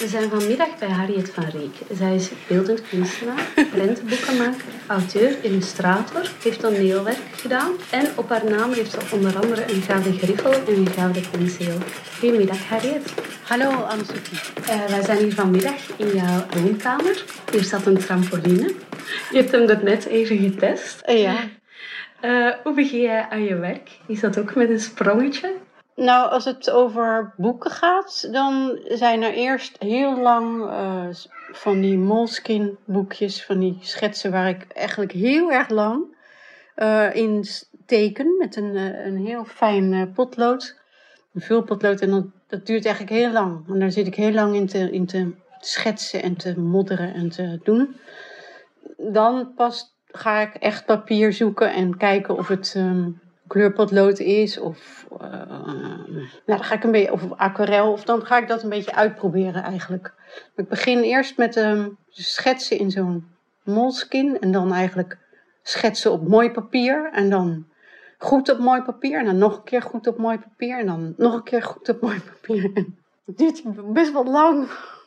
We zijn vanmiddag bij Harriet van Reek. Zij is beeldend kunstenaar, prentenboekenmaker, auteur, illustrator, heeft toneelwerk gedaan en op haar naam heeft ze onder andere een gouden griffel en een gouden penseel. Goedemiddag Harriet. Hallo Anne-Sophie. Wij zijn hier vanmiddag in jouw woonkamer. Hier staat een trampoline. Je hebt hem er net even getest. Ja. Hoe begin jij aan je werk? Is dat ook met een sprongetje? Nou, als het over boeken gaat, dan zijn er eerst heel lang van die Moleskine boekjes, van die schetsen waar ik eigenlijk heel erg lang in teken met een heel fijn potlood, een vulpotlood. En dat duurt eigenlijk heel lang. En daar zit ik heel lang in te schetsen en te modderen en te doen. Dan pas ga ik echt papier zoeken en kijken of het kleurpotlood is of dan ga ik een beetje of aquarel of dan ga ik dat een beetje uitproberen eigenlijk. Ik begin eerst met schetsen in zo'n Moleskine en dan eigenlijk schetsen op mooi papier en dan goed op mooi papier en dan nog een keer goed op mooi papier en dan nog een keer goed op mooi papier. Het duurt best wel lang.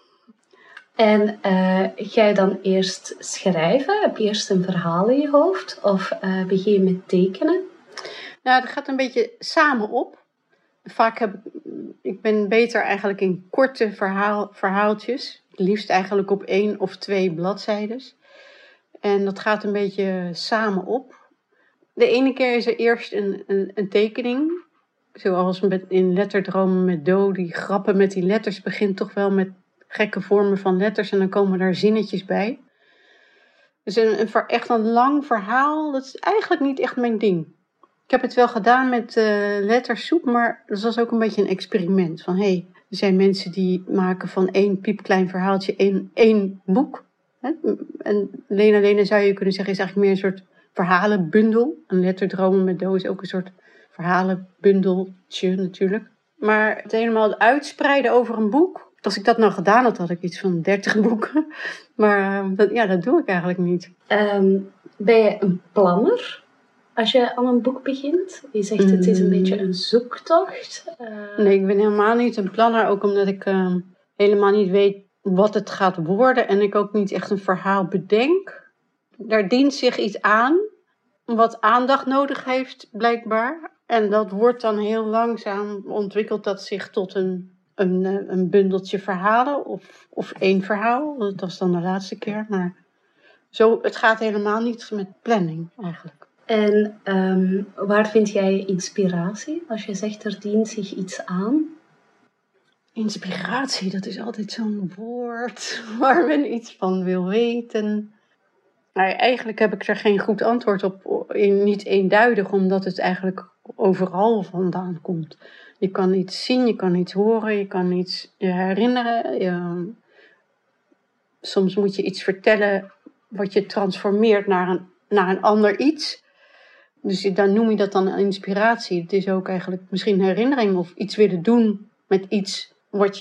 En ga je dan eerst schrijven? Heb je eerst een verhaal in je hoofd? Of begin je met tekenen? Nou, dat gaat een beetje samen op. Vaak ik ben beter eigenlijk in korte verhaaltjes. Het liefst eigenlijk op 1 of 2 bladzijden. En dat gaat een beetje samen op. De ene keer is er eerst een tekening. Zoals in Letterdromen met Do. Die grappen met die letters begint toch wel met gekke vormen van letters. En dan komen daar zinnetjes bij. Dus echt een lang verhaal, dat is eigenlijk niet echt mijn ding. Ik heb het wel gedaan met lettersoep, maar dat was ook een beetje een experiment. Van er zijn mensen die maken van 1 piepklein verhaaltje één boek. Hè? En Lena zou je kunnen zeggen is eigenlijk meer een soort verhalenbundel. Een Letterdromen met Do is ook een soort verhalenbundeltje natuurlijk. Maar het helemaal uitspreiden over een boek. Als ik dat nou gedaan had, had ik iets van 30 boeken. Maar dat doe ik eigenlijk niet. Ben je een planner? Als je aan een boek begint, je zegt het is een beetje een zoektocht. Nee, ik ben helemaal niet een planner. Ook omdat ik helemaal niet weet wat het gaat worden. En ik ook niet echt een verhaal bedenk. Daar dient zich iets aan. Wat aandacht nodig heeft, blijkbaar. En dat wordt dan heel langzaam, ontwikkelt dat zich tot een bundeltje verhalen. Of 1 verhaal. Dat was dan de laatste keer. Maar het gaat helemaal niet met planning eigenlijk. En waar vind jij inspiratie? Als je zegt er dient zich iets aan. Inspiratie, dat is altijd zo'n woord waar men iets van wil weten. Maar eigenlijk heb ik er geen goed antwoord op. Niet eenduidig, omdat het eigenlijk overal vandaan komt. Je kan iets zien, je kan iets horen, je kan iets je herinneren. Soms moet je iets vertellen wat je transformeert naar een ander iets. Dus dan noem je dat dan inspiratie. Het is ook eigenlijk misschien herinnering of iets willen doen met iets wat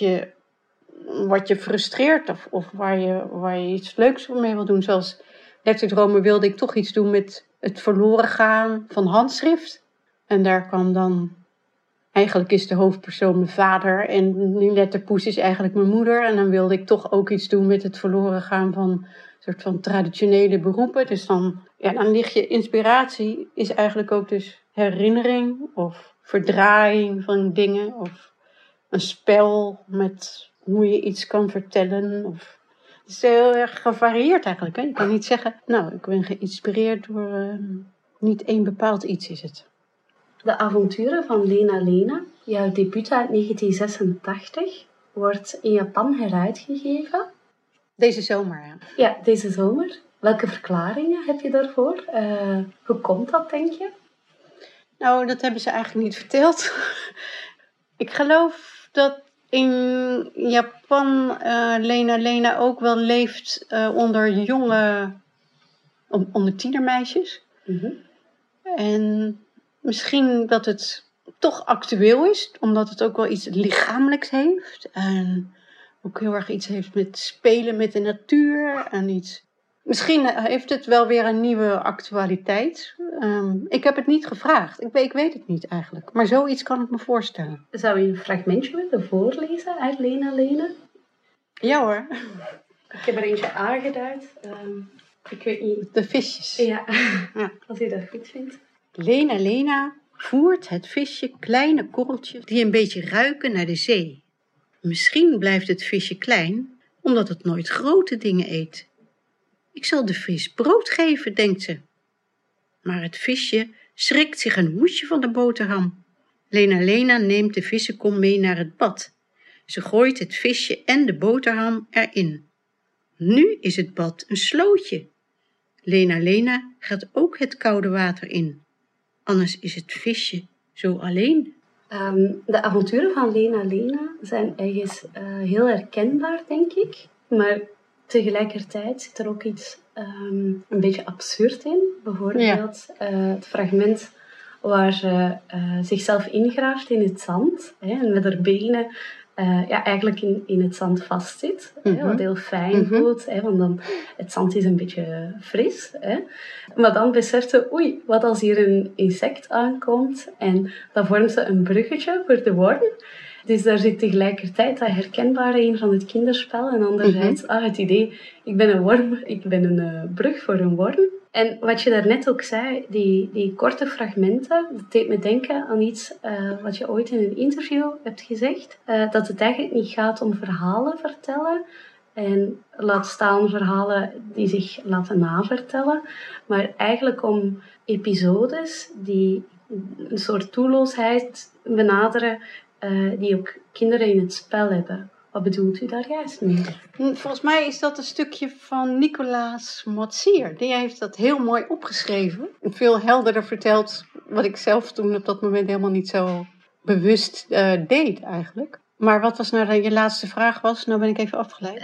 je frustreert of waar je iets leuks mee wil doen. Zoals Letterdromen wilde ik toch iets doen met het verloren gaan van handschrift. En daar kwam dan, eigenlijk is de hoofdpersoon mijn vader en die letterpoes is eigenlijk mijn moeder. En dan wilde ik toch ook iets doen met het verloren gaan van een soort van traditionele beroepen. Dus dan ligt je inspiratie is eigenlijk ook dus herinnering of verdraaiing van dingen of een spel met hoe je iets kan vertellen. Het is heel erg gevarieerd eigenlijk. Hè? Je kan niet zeggen, nou, ik ben geïnspireerd door niet één bepaald iets is het. De avonturen van Lena, jouw debuut uit 1986, wordt in Japan heruitgegeven. Deze zomer, ja. Ja, deze zomer. Welke verklaringen heb je daarvoor? Hoe komt dat, denk je? Nou, dat hebben ze eigenlijk niet verteld. Ik geloof dat in Japan Lena ook wel leeft onder tienermeisjes. Mm-hmm. En misschien dat het toch actueel is, omdat het ook wel iets lichamelijks heeft. En ook heel erg iets heeft met spelen met de natuur en iets. Misschien heeft het wel weer een nieuwe actualiteit. Ik heb het niet gevraagd. Ik weet het niet eigenlijk. Maar zoiets kan ik me voorstellen. Zou je een fragmentje willen voorlezen uit Lena? Ja hoor. Ik heb er eentje aangeduid. Ik weet niet. De visjes. Ja, Ja. als je dat goed vindt. Lena voert het visje kleine korreltjes die een beetje ruiken naar de zee. Misschien blijft het visje klein, omdat het nooit grote dingen eet. Ik zal de vis brood geven, denkt ze. Maar het visje schrikt zich een hoesje van de boterham. Lena neemt de vissenkom mee naar het bad. Ze gooit het visje en de boterham erin. Nu is het bad een slootje. Lena gaat ook het koude water in. Anders is het visje zo alleen. De avonturen van Lena zijn ergens heel herkenbaar, denk ik. Maar tegelijkertijd zit er ook iets een beetje absurd in. Bijvoorbeeld het fragment waar ze zichzelf ingraaft in het zand. En met haar benen eigenlijk in het zand vastzit. Wat heel fijn voelt. Want dan, het zand is een beetje fris. Maar dan beseft ze, oei, wat als hier een insect aankomt? En dan vormt ze een bruggetje voor de worm. Dus daar zit tegelijkertijd dat herkenbare in van het kinderspel. En anderzijds het idee, ik ben een worm, ik ben een brug voor een worm. En wat je daarnet ook zei, die korte fragmenten, dat deed me denken aan iets wat je ooit in een interview hebt gezegd. Dat het eigenlijk niet gaat om verhalen vertellen. En laat staan verhalen die zich laten navertellen. Maar eigenlijk om episodes die een soort doelloosheid benaderen, die ook kinderen in het spel hebben. Wat bedoelt u daar juist mee? Volgens mij is dat een stukje van Nicolaas Motsier. Die heeft dat heel mooi opgeschreven. Veel helderder verteld, wat ik zelf toen op dat moment helemaal niet zo bewust deed eigenlijk. Maar wat was nou je laatste vraag was? Nou ben ik even afgeleid.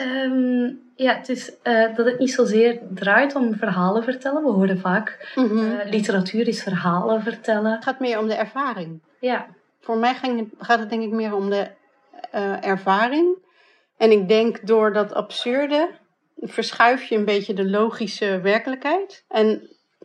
Het is dat het niet zozeer draait om verhalen vertellen. We horen vaak, literatuur is verhalen vertellen. Het gaat meer om de ervaring. Ja. Voor mij gaat het denk ik meer om de ervaring. En ik denk door dat absurde verschuif je een beetje de logische werkelijkheid. En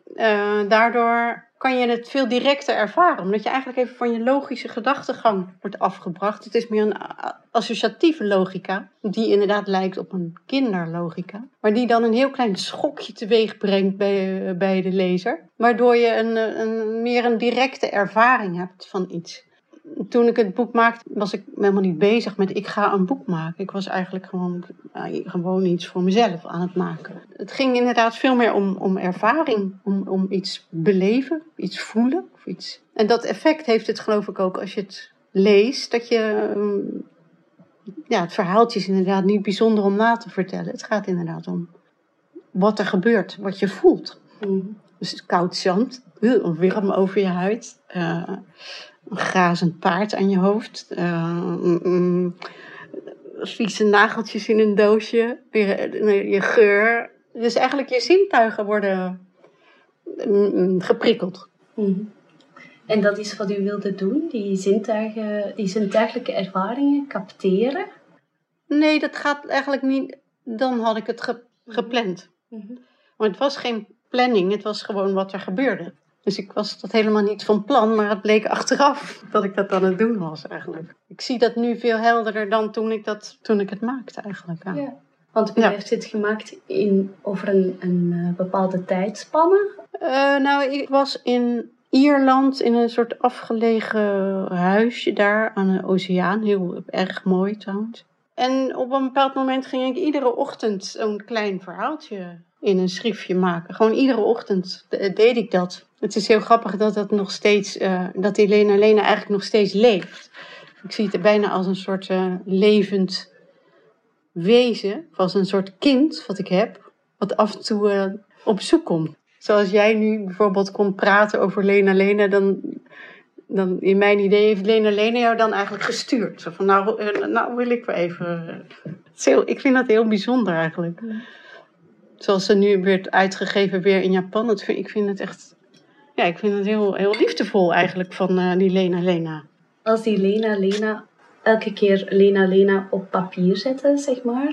daardoor kan je het veel directer ervaren. Omdat je eigenlijk even van je logische gedachtegang wordt afgebracht. Het is meer een associatieve logica. Die inderdaad lijkt op een kinderlogica. Maar die dan een heel klein schokje teweeg brengt bij de lezer. Waardoor je meer een directe ervaring hebt van iets. Toen ik het boek maakte, was ik helemaal niet bezig met ik ga een boek maken. Ik was eigenlijk gewoon iets voor mezelf aan het maken. Het ging inderdaad veel meer om ervaring, om iets beleven, iets voelen. Of iets. En dat effect heeft het geloof ik ook als je het leest. Dat je, het verhaaltje is inderdaad niet bijzonder om na te vertellen. Het gaat inderdaad om wat er gebeurt, wat je voelt. Dus koud zand, een wurm over je huid, een grazend paard aan je hoofd, vieze nageltjes in een doosje, je geur. Dus eigenlijk je zintuigen worden geprikkeld. En dat is wat u wilde doen, die zintuigelijke ervaringen capteren? Nee, dat gaat eigenlijk niet. Dan had ik het gepland. Maar het was geen planning, het was gewoon wat er gebeurde. Dus ik was dat helemaal niet van plan, maar het bleek achteraf dat ik dat aan het doen was eigenlijk. Ik zie dat nu veel helderder dan toen ik het maakte eigenlijk. Ja. Want u heeft dit gemaakt over een bepaalde tijdspanne? Ik was in Ierland in een soort afgelegen huisje daar aan een oceaan. Heel erg mooi trouwens. En op een bepaald moment ging ik iedere ochtend zo'n klein verhaaltje in een schriftje maken. Gewoon iedere ochtend deed ik dat. Het is heel grappig dat nog steeds, dat die Lena eigenlijk nog steeds leeft. Ik zie het bijna als een soort levend wezen. Of als een soort kind wat ik heb. Wat af en toe op zoek komt. Zoals jij nu bijvoorbeeld kon praten over Lena, dan in mijn idee heeft Lena jou dan eigenlijk gestuurd. Zo van, nou wil ik wel even. Ik vind dat heel bijzonder eigenlijk. Zoals ze nu werd uitgegeven weer in Japan. Ik vind het echt. Ja, ik vind het heel, heel liefdevol eigenlijk van die Lena. Als die Lena elke keer Lena op papier zetten, zeg maar.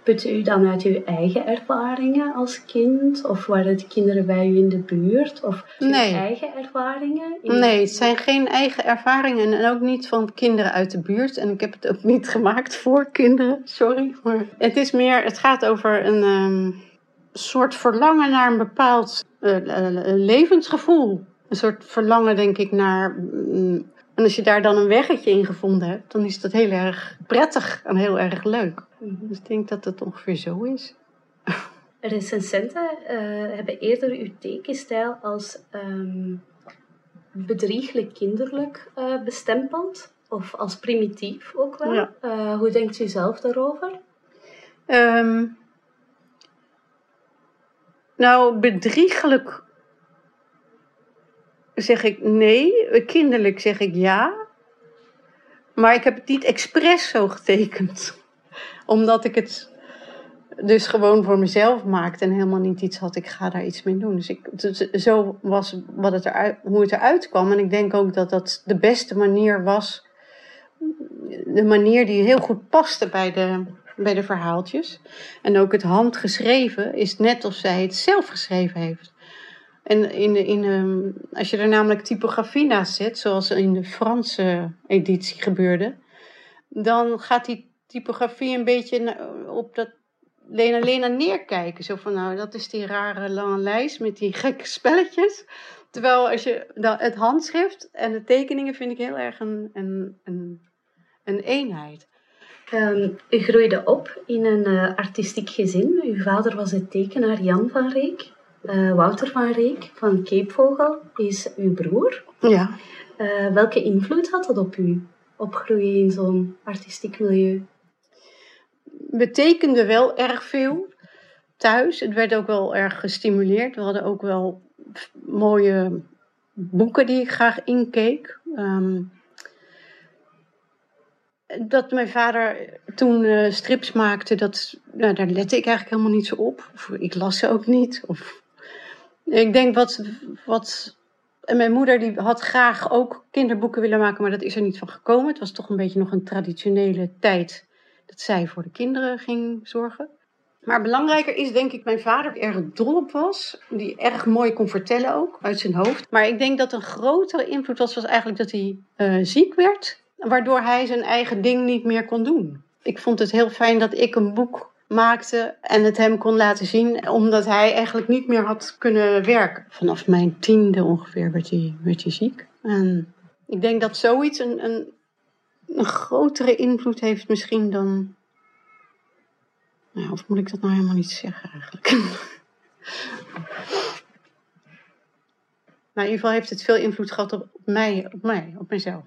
putte u dan uit uw eigen ervaringen als kind? Of waren het kinderen bij u in de buurt? Of uw eigen ervaringen? Nee, het zijn geen eigen ervaringen en ook niet van kinderen uit de buurt. En ik heb het ook niet gemaakt voor kinderen, sorry. Maar het gaat over een soort verlangen naar een bepaald levensgevoel. Een soort verlangen, denk ik, naar... En als je daar dan een weggetje in gevonden hebt, dan is dat heel erg prettig en heel erg leuk. Dus ik denk dat het ongeveer zo is. Recensenten hebben eerder uw tekenstijl als bedrieglijk kinderlijk bestempeld. Of als primitief ook wel. Ja. Hoe denkt u zelf daarover? Nou, bedriegelijk zeg ik nee. Kinderlijk zeg ik ja. Maar ik heb het niet expres zo getekend. Omdat ik het dus gewoon voor mezelf maakte en helemaal niet iets had, ik ga daar iets mee doen. Dus zo was hoe het eruit kwam. En ik denk ook dat dat de beste manier was. De manier die heel goed paste bij de verhaaltjes. En ook het handgeschreven is net of zij het zelf geschreven heeft. En als je er namelijk typografie naast zet, zoals in de Franse editie gebeurde, dan gaat die typografie een beetje op dat Lena neerkijken. Zo van, nou, dat is die rare lange lijst met die gekke spelletjes. Terwijl als je het handschrift en de tekeningen vind ik heel erg een eenheid. U groeide op in een artistiek gezin. Uw vader was de tekenaar Jan van Reek. Wouter van Reek van Keepvogel is uw broer. Ja. Welke invloed had dat op u? Opgroeien in zo'n artistiek milieu? Betekende wel erg veel thuis. Het werd ook wel erg gestimuleerd. We hadden ook wel mooie boeken die ik graag inkeek. Dat mijn vader toen strips maakte, daar lette ik eigenlijk helemaal niet zo op. Of ik las ze ook niet. Ik denk en mijn moeder die had graag ook kinderboeken willen maken, maar dat is er niet van gekomen. Het was toch een beetje nog een traditionele tijd dat zij voor de kinderen ging zorgen. Maar belangrijker is denk ik mijn vader die erg dol op was. Die erg mooi kon vertellen ook, uit zijn hoofd. Maar ik denk dat een grotere invloed was eigenlijk dat hij ziek werd. Waardoor hij zijn eigen ding niet meer kon doen. Ik vond het heel fijn dat ik een boek maakte en het hem kon laten zien. Omdat hij eigenlijk niet meer had kunnen werken. Vanaf mijn 10e ongeveer werd hij ziek. En ik denk dat zoiets een grotere invloed heeft misschien dan... Nou, of moet ik dat nou helemaal niet zeggen eigenlijk? Nou, in ieder geval heeft het veel invloed gehad op mijzelf.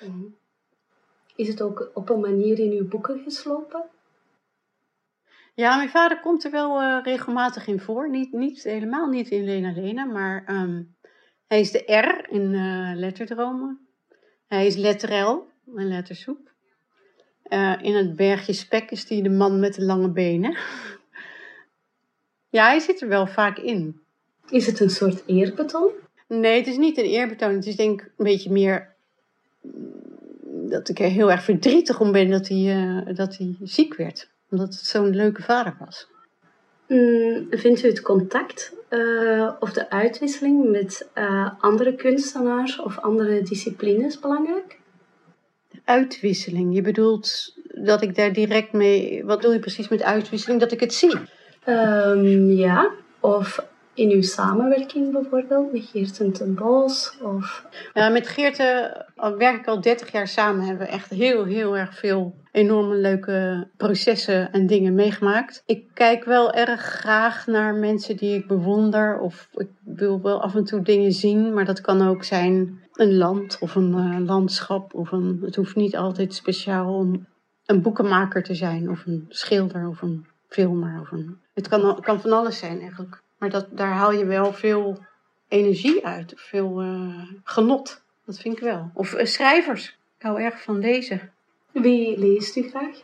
Is het ook op een manier in uw boeken geslopen? Ja, mijn vader komt er wel regelmatig in voor. Helemaal niet in Lena, maar hij is de R in Letterdromen. Hij is Letterel, een lettersoep. In het bergje spek is hij de man met de lange benen. Ja, hij zit er wel vaak in. Is het een soort eerbetoon? Nee, het is niet een eerbetoon. Het is denk ik een beetje meer dat ik er heel erg verdrietig om ben dat hij ziek werd. Omdat het zo'n leuke vader was. Vindt u het contact of de uitwisseling met andere kunstenaars of andere disciplines belangrijk? De uitwisseling, je bedoelt dat ik daar direct mee... Wat bedoel je precies met uitwisseling? Dat ik het zie? Ja, of in uw samenwerking bijvoorbeeld met Geerten ten Bos? Of... Ja, met Geerten werk ik al 30 jaar samen. Hebben we echt heel, heel erg veel enorme leuke processen en dingen meegemaakt. Ik kijk wel erg graag naar mensen die ik bewonder. Of ik wil wel af en toe dingen zien. Maar dat kan ook zijn een land of een landschap. Het hoeft niet altijd speciaal om een boekenmaker te zijn. Of een schilder of een filmer. Het kan van alles zijn eigenlijk. Maar daar haal je wel veel energie uit. Veel genot. Dat vind ik wel. Of schrijvers. Ik hou erg van lezen. Wie leest u graag?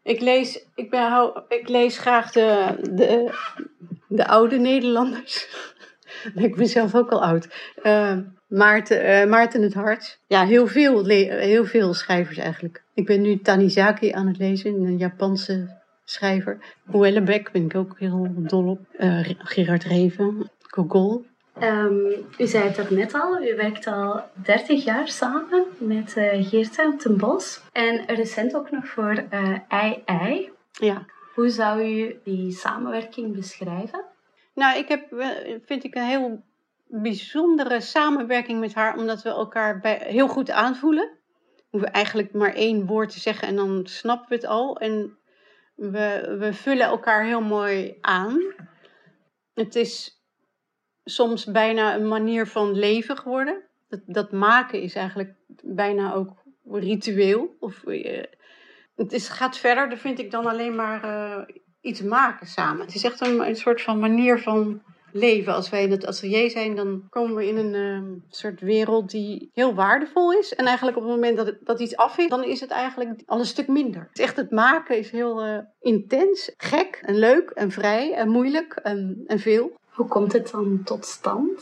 Ik lees graag de oude Nederlanders. Ik ben zelf ook al oud. Maarten het Hart. Ja, heel veel schrijvers eigenlijk. Ik ben nu Tanizaki aan het lezen. Een Japanse schrijver. Houellebecq ben ik ook heel dol op. Gerard Reven, Gogol. U zei het er net al, u werkt al 30 jaar samen met Geerte ten Bos. En recent ook nog voor Ei. Ja. Hoe zou u die samenwerking beschrijven? Nou, vind ik een heel bijzondere samenwerking met haar, omdat we elkaar heel goed aanvoelen. We hoeven eigenlijk maar 1 woord te zeggen en dan snappen we het al. En we vullen elkaar heel mooi aan. Het is soms bijna een manier van leven geworden. Dat maken is eigenlijk bijna ook ritueel. Het gaat verder, vind ik, dan alleen maar iets maken samen. Het is echt een soort van manier van leven. Als wij in het atelier zijn, dan komen we in een soort wereld die heel waardevol is. En eigenlijk op het moment dat iets af is, dan is het eigenlijk al een stuk minder. Het is echt, het maken is heel intens, gek en leuk en vrij en moeilijk en veel. Hoe komt het dan tot stand?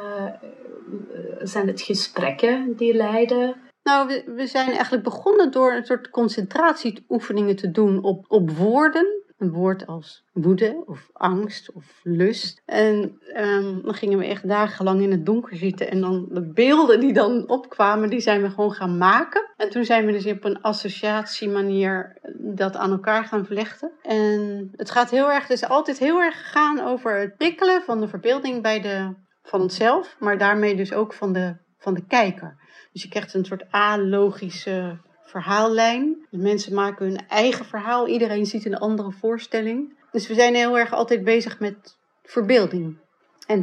Zijn het gesprekken die leiden? Nou, we zijn eigenlijk begonnen door een soort concentratieoefeningen te doen op woorden. Een woord als woede of angst of lust. En dan gingen we echt dagenlang in het donker zitten. En dan de beelden die dan opkwamen, die zijn we gewoon gaan maken. En toen zijn we dus op een associatiemanier dat aan elkaar gaan vlechten. En het gaat is altijd heel erg gegaan over het prikkelen van de verbeelding van onszelf. Maar daarmee dus ook van de kijker. Dus je krijgt een soort alogische verhaallijn. De mensen maken hun eigen verhaal. Iedereen ziet een andere voorstelling. Dus we zijn heel erg altijd bezig met verbeelding. En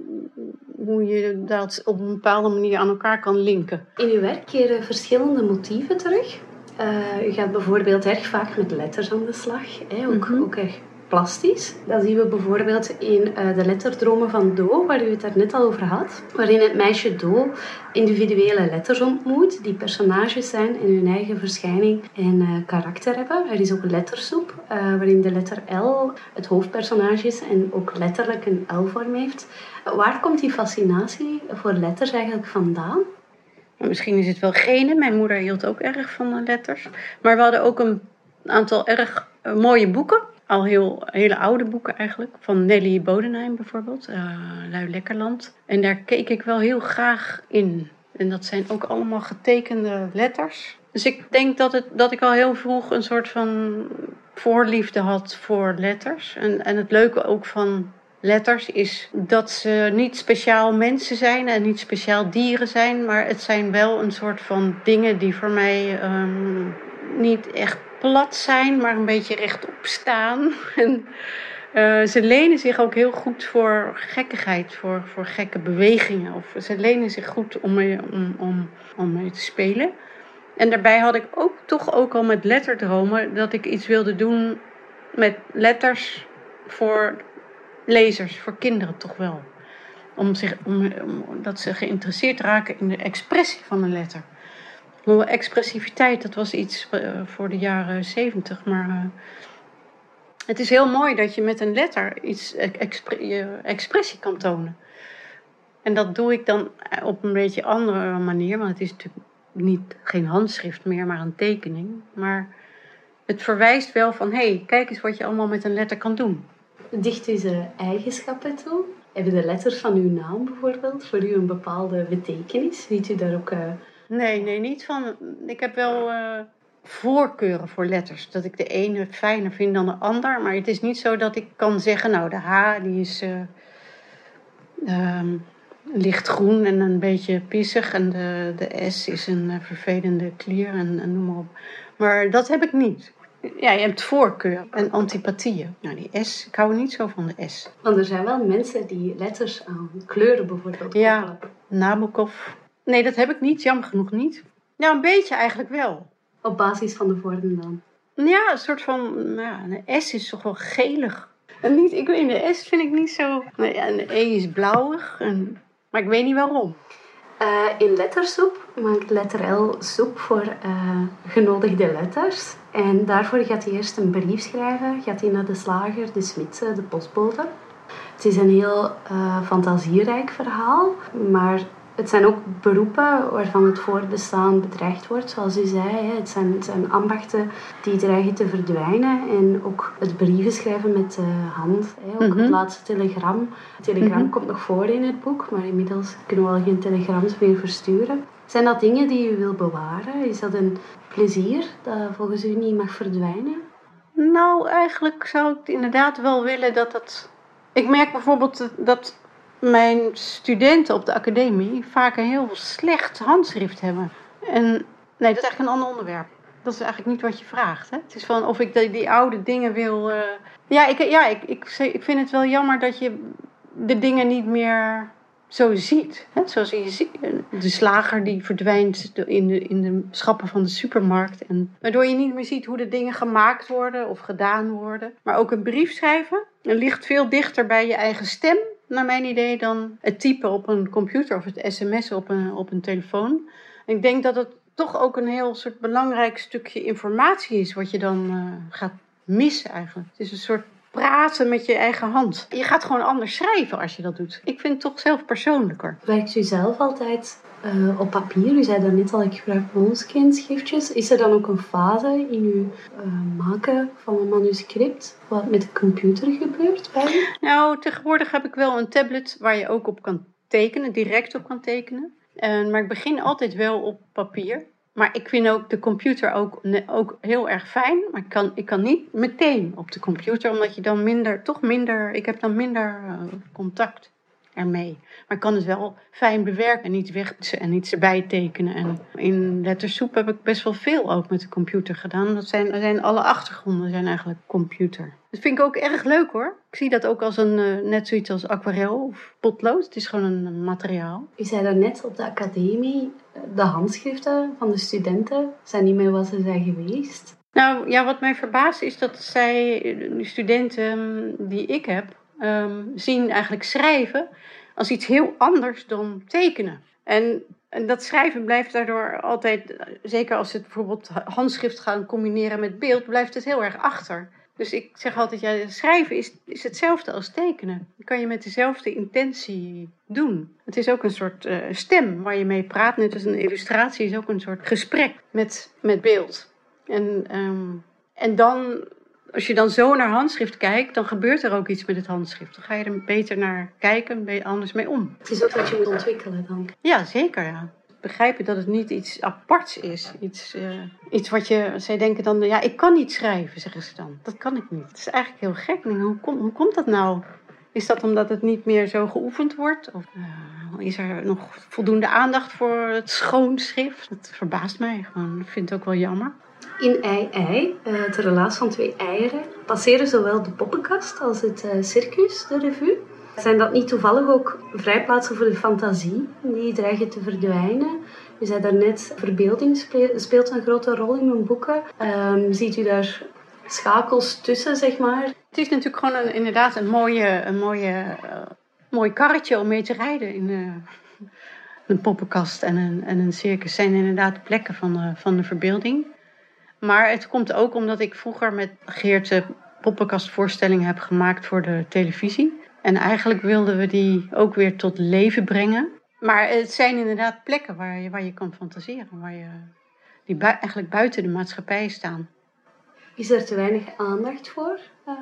hoe je dat op een bepaalde manier aan elkaar kan linken. In uw werk keren verschillende motieven terug. U gaat bijvoorbeeld erg vaak met letters aan de slag. Ook erg plastisch. Dat zien we bijvoorbeeld in de letterdromen van Do, waar u het daar net al over had. Waarin het meisje Do individuele letters ontmoet, die personages zijn en hun eigen verschijning en karakter hebben. Er is ook lettersoep, waarin de letter L het hoofdpersonage is en ook letterlijk een L-vorm heeft. Waar komt die fascinatie voor letters eigenlijk vandaan? Misschien is het wel genen. Mijn moeder hield ook erg van letters. Maar we hadden ook een aantal erg mooie boeken. Al hele oude boeken eigenlijk. Van Nelly Bodenheim bijvoorbeeld. Lui Lekkerland. En daar keek ik wel heel graag in. En dat zijn ook allemaal getekende letters. Dus ik denk dat ik al heel vroeg een soort van voorliefde had voor letters. En het leuke ook van letters is dat ze niet speciaal mensen zijn en niet speciaal dieren zijn. Maar het zijn wel een soort van dingen die voor mij niet echt plat zijn, maar een beetje rechtop staan. En ze lenen zich ook heel goed voor gekkigheid, voor gekke bewegingen. Of ze lenen zich goed om mee te spelen. En daarbij had ik toch ook al met letterdromen dat ik iets wilde doen met letters voor lezers, voor kinderen toch wel. Dat ze geïnteresseerd raken in de expressie van een letter. Expressiviteit, dat was iets voor de jaren 70. Maar het is heel mooi dat je met een letter je expressie kan tonen. En dat doe ik dan op een beetje andere manier. Want het is natuurlijk geen handschrift meer, maar een tekening. Maar het verwijst wel van, kijk eens wat je allemaal met een letter kan doen. Dicht u ze eigenschappen toe? Hebben de letters van uw naam bijvoorbeeld voor u een bepaalde betekenis? Ziet u daar ook... Nee, niet van. Ik heb wel voorkeuren voor letters. Dat ik de ene fijner vind dan de ander. Maar het is niet zo dat ik kan zeggen, nou de H die is lichtgroen en een beetje pissig. En de S is een vervelende klier en noem maar op. Maar dat heb ik niet. Ja, je hebt voorkeur en antipathieën. Nou, die S, ik hou niet zo van de S. Want er zijn wel mensen die letters aan kleuren bijvoorbeeld koppelen. Ja, Nabokov. Nee, dat heb ik niet, jammer genoeg niet. Nou, een beetje eigenlijk wel. Op basis van de vorm dan? Ja, een soort van, de S is toch wel gelig. En niet, ik weet, de S vind ik niet zo... Nee, en de E is blauwig, maar ik weet niet waarom. In lettersoep maakt letter L soep voor genodigde letters. En daarvoor gaat hij eerst een brief schrijven. Gaat hij naar de slager, de smid, de postbode. Het is een heel fantasierijk verhaal. Maar Het zijn ook beroepen waarvan het voortbestaan bedreigd wordt, zoals u zei. Hè. Het zijn ambachten die dreigen te verdwijnen. En ook het brieven schrijven met de hand. Hè. Ook het laatste telegram. Het telegram komt nog voor in het boek, maar inmiddels kunnen we al geen telegrams meer versturen. Zijn dat dingen die u wil bewaren? Is dat een plezier dat volgens u niet mag verdwijnen? Nou, eigenlijk zou ik inderdaad wel willen dat het... Ik merk bijvoorbeeld dat mijn studenten op de academie vaak een heel slecht handschrift hebben. En nee, dat is eigenlijk een ander onderwerp. Dat is eigenlijk niet wat je vraagt. Hè? Het is van of ik die oude dingen wil... Ik vind het wel jammer dat je de dingen niet meer zo ziet. Hè? Zoals je ziet, de slager die verdwijnt in de schappen van de supermarkt. En waardoor je niet meer ziet hoe de dingen gemaakt worden of gedaan worden. Maar ook een brief schrijven ligt veel dichter bij je eigen stem, naar mijn idee, dan het typen op een computer of het sms'en op een telefoon. En ik denk dat het toch ook een heel soort belangrijk stukje informatie is wat je dan gaat missen eigenlijk. Het is een soort praten met je eigen hand. Je gaat gewoon anders schrijven als je dat doet. Ik vind het toch zelf persoonlijker. Werkt u zelf altijd op papier? U zei daarnet al, ik gebruik Moleskine-schriftjes. Is er dan ook een fase in uw maken van een manuscript wat met de computer gebeurt bij u? Nou, tegenwoordig heb ik wel een tablet waar je ook op kan tekenen, direct op kan tekenen. Maar ik begin altijd wel op papier. Maar ik vind ook de computer ook heel erg fijn. Maar ik kan niet meteen op de computer, omdat je dan ik heb dan minder contact ermee. Maar ik kan het wel fijn bewerken en iets wegpoetsen en iets erbij tekenen. En in Lettersoep heb ik best wel veel ook met de computer gedaan. Alle achtergronden zijn eigenlijk computer. Dat vind ik ook erg leuk hoor. Ik zie dat ook als net zoiets als aquarel of potlood. Het is gewoon een materiaal. U zei daarnet op de academie, de handschriften van de studenten zijn niet meer wat ze zijn geweest. Nou ja, wat mij verbaast is dat de studenten die ik heb, zien eigenlijk schrijven als iets heel anders dan tekenen. En dat schrijven blijft daardoor altijd, zeker als ze het bijvoorbeeld handschrift gaan combineren met beeld, blijft het heel erg achter. Dus ik zeg altijd, schrijven is hetzelfde als tekenen. Dat kan je met dezelfde intentie doen. Het is ook een soort stem waar je mee praat. Net als een illustratie is ook een soort gesprek met beeld. En dan, als je dan zo naar handschrift kijkt, dan gebeurt er ook iets met het handschrift. Dan ga je er beter naar kijken, anders mee om. Het is ook wat je moet ontwikkelen dan. Ja, zeker ja. Begrijpen dat het niet iets aparts is. Iets wat zij denken dan, ik kan niet schrijven, zeggen ze dan. Dat kan ik niet. Het is eigenlijk heel gek. Hoe komt dat nou? Is dat omdat het niet meer zo geoefend wordt? Of is er nog voldoende aandacht voor het schoonschrift? Dat verbaast mij gewoon. Ik vind het ook wel jammer. In Ei, het relaas van twee eieren, passeren zowel de poppenkast als het circus, de revue. Zijn dat niet toevallig ook vrijplaatsen voor de fantasie die dreigen te verdwijnen? U zei daarnet, verbeelding speelt een grote rol in mijn boeken. Ziet u daar schakels tussen, zeg maar? Het is natuurlijk gewoon inderdaad een mooi karretje om mee te rijden in een poppenkast en een circus. Zijn inderdaad plekken van de verbeelding. Maar het komt ook omdat ik vroeger met Geert poppenkastvoorstellingen heb gemaakt voor de televisie. En eigenlijk wilden we die ook weer tot leven brengen. Maar het zijn inderdaad plekken waar je kan fantaseren. Die eigenlijk buiten de maatschappij staan. Is er te weinig aandacht voor?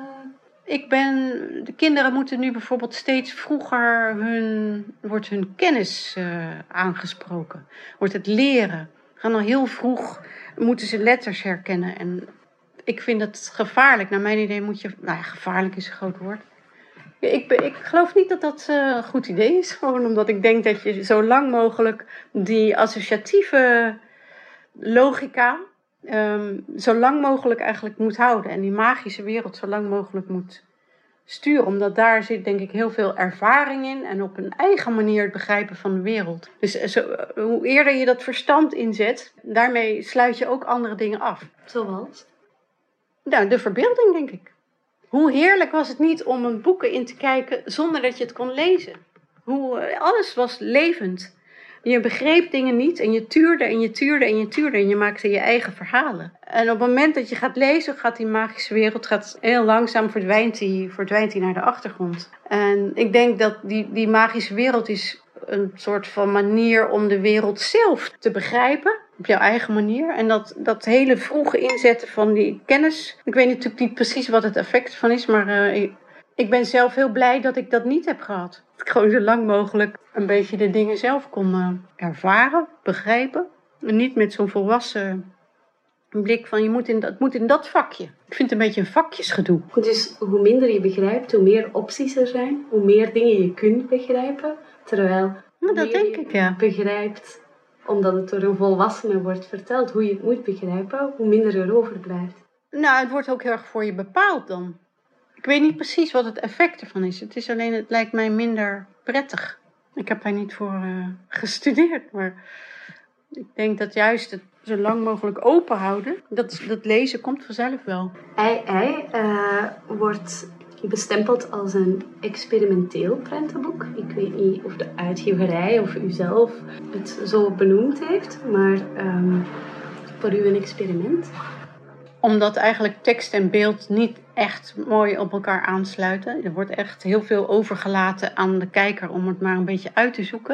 De kinderen moeten nu bijvoorbeeld steeds vroeger wordt hun kennis aangesproken. Wordt het leren. Gaan al heel vroeg, moeten ze letters herkennen. En ik vind dat gevaarlijk. Naar mijn idee gevaarlijk is een groot woord. Ik geloof niet dat dat een goed idee is. Gewoon omdat ik denk dat je zo lang mogelijk die associatieve logica zo lang mogelijk eigenlijk moet houden. En die magische wereld zo lang mogelijk moet sturen. Omdat daar zit denk ik heel veel ervaring in. En op een eigen manier het begrijpen van de wereld. Dus hoe eerder je dat verstand inzet, daarmee sluit je ook andere dingen af. Zoals? Nou, de verbeelding denk ik. Hoe heerlijk was het niet om een boeken in te kijken zonder dat je het kon lezen. Alles was levend. Je begreep dingen niet en je tuurde en je tuurde en je tuurde en je maakte je eigen verhalen. En op het moment dat je gaat lezen, gaat die magische wereld heel langzaam verdwijnt die naar de achtergrond. En ik denk dat die magische wereld is een soort van manier om de wereld zelf te begrijpen. Op jouw eigen manier. En dat hele vroege inzetten van die kennis. Ik weet natuurlijk niet precies wat het effect van is. Maar ik ben zelf heel blij dat ik dat niet heb gehad. Dat ik gewoon zo lang mogelijk een beetje de dingen zelf kon ervaren, begrijpen. En niet met zo'n volwassen blik van het moet in dat vakje. Ik vind het een beetje een vakjesgedoe. Dus hoe minder je begrijpt, hoe meer opties er zijn. Hoe meer dingen je kunt begrijpen. Terwijl Nou, dat denk ik, ja. begrijpt, omdat het door een volwassene wordt verteld hoe je het moet begrijpen, hoe minder er overblijft. Nou, het wordt ook heel erg voor je bepaald dan. Ik weet niet precies wat het effect ervan is. Het is alleen, het lijkt mij minder prettig. Ik heb daar niet voor gestudeerd, maar ik denk dat juist het zo lang mogelijk open houden, dat lezen komt vanzelf wel. Ei wordt bestempeld als een experimenteel prentenboek. Ik weet niet of de uitgeverij of u zelf het zo benoemd heeft, maar voor u een experiment. Omdat eigenlijk tekst en beeld niet echt mooi op elkaar aansluiten. Er wordt echt heel veel overgelaten aan de kijker om het maar een beetje uit te zoeken.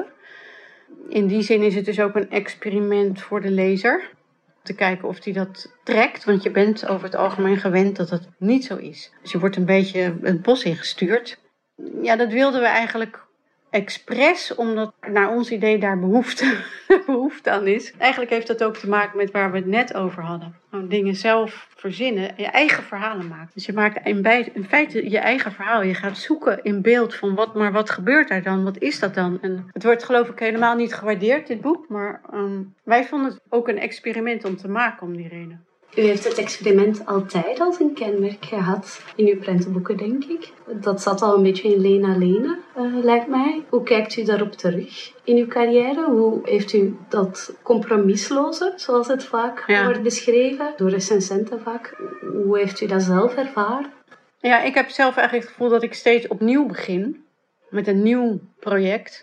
In die zin is het dus ook een experiment voor de lezer. Te kijken of die dat trekt. Want je bent over het algemeen gewend dat dat niet zo is. Dus je wordt een beetje het bos ingestuurd. Ja, dat wilden we eigenlijk expres, omdat naar ons idee daar behoefte aan is. Eigenlijk heeft dat ook te maken met waar we het net over hadden. Gewoon dingen zelf verzinnen, je eigen verhalen maken. Dus je maakt in feite je eigen verhaal. Je gaat zoeken in beeld van wat gebeurt daar dan? Wat is dat dan? En het wordt geloof ik helemaal niet gewaardeerd, dit boek. Maar wij vonden het ook een experiment om te maken om die reden. U heeft het experiment altijd als een kenmerk gehad in uw prentenboeken, denk ik. Dat zat al een beetje in Lena, lijkt mij. Hoe kijkt u daarop terug in uw carrière? Hoe heeft u dat compromisloze, zoals het vaak wordt beschreven, door recensenten vaak, hoe heeft u dat zelf ervaren? Ja, ik heb zelf eigenlijk het gevoel dat ik steeds opnieuw begin met een nieuw project.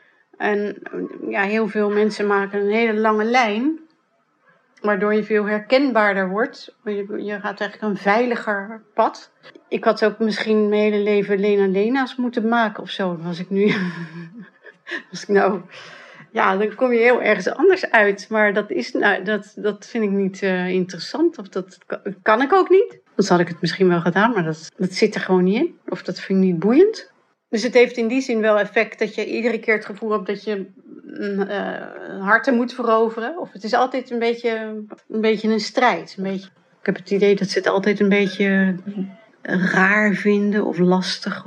En ja, heel veel mensen maken een hele lange lijn, waardoor je veel herkenbaarder wordt. Je gaat eigenlijk een veiliger pad. Ik had ook misschien mijn hele leven Lena's moeten maken of zo. Dan kom je heel ergens anders uit. Maar dat vind ik niet interessant. Of dat kan ik ook niet. Dan had ik het misschien wel gedaan, maar dat zit er gewoon niet in. Of dat vind ik niet boeiend. Dus het heeft in die zin wel effect dat je iedere keer het gevoel hebt dat je harten moet veroveren. Of het is altijd een beetje een strijd. Ik heb het idee dat ze het altijd een beetje raar vinden of lastig.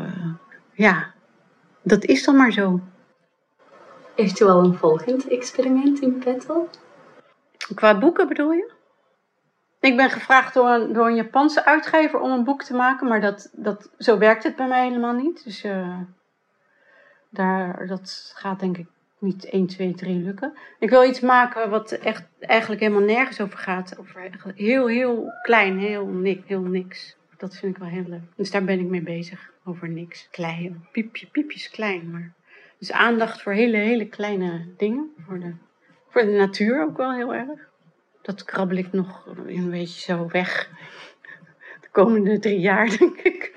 Dat is dan maar zo. Heeft u al een volgend experiment in petto? Qua boeken bedoel je? Ik ben gevraagd door een Japanse uitgever om een boek te maken, maar zo werkt het bij mij helemaal niet. Dus dat gaat denk ik niet 1, 2, 3 lukken. Ik wil iets maken wat echt eigenlijk helemaal nergens over gaat. Over heel, heel klein, heel niks. Dat vind ik wel heel leuk. Dus daar ben ik mee bezig. Over niks. Klein. Piepjes klein. Maar. Dus aandacht voor hele, hele kleine dingen. Voor de natuur ook wel heel erg. Dat krabbel ik nog een beetje zo weg. De komende 3 jaar, denk ik.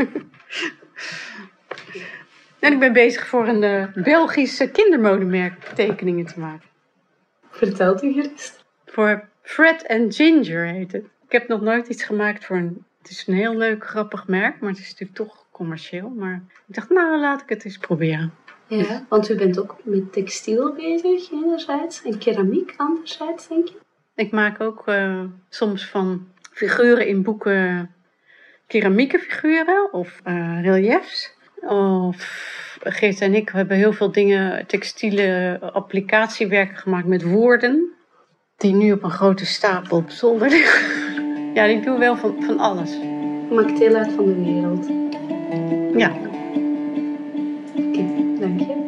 En ik ben bezig voor een Belgische kindermodemerk tekeningen te maken. Vertelt u gerust. Voor Fred and Ginger heet het. Ik heb nog nooit iets gemaakt voor het is een heel leuk, grappig merk, maar het is natuurlijk toch commercieel. Maar ik dacht, laat ik het eens proberen. Ja, want u bent ook met textiel bezig enerzijds en keramiek anderzijds, denk ik. Ik maak ook soms van figuren in boeken keramieke figuren of reliefs. Of Geert en ik hebben heel veel dingen, textiele applicatiewerken gemaakt met woorden. Die nu op een grote stapel op zolder liggen. Ja, ik doe wel van alles. Je maakt deel uit van de wereld. Ja. Oké, dank je.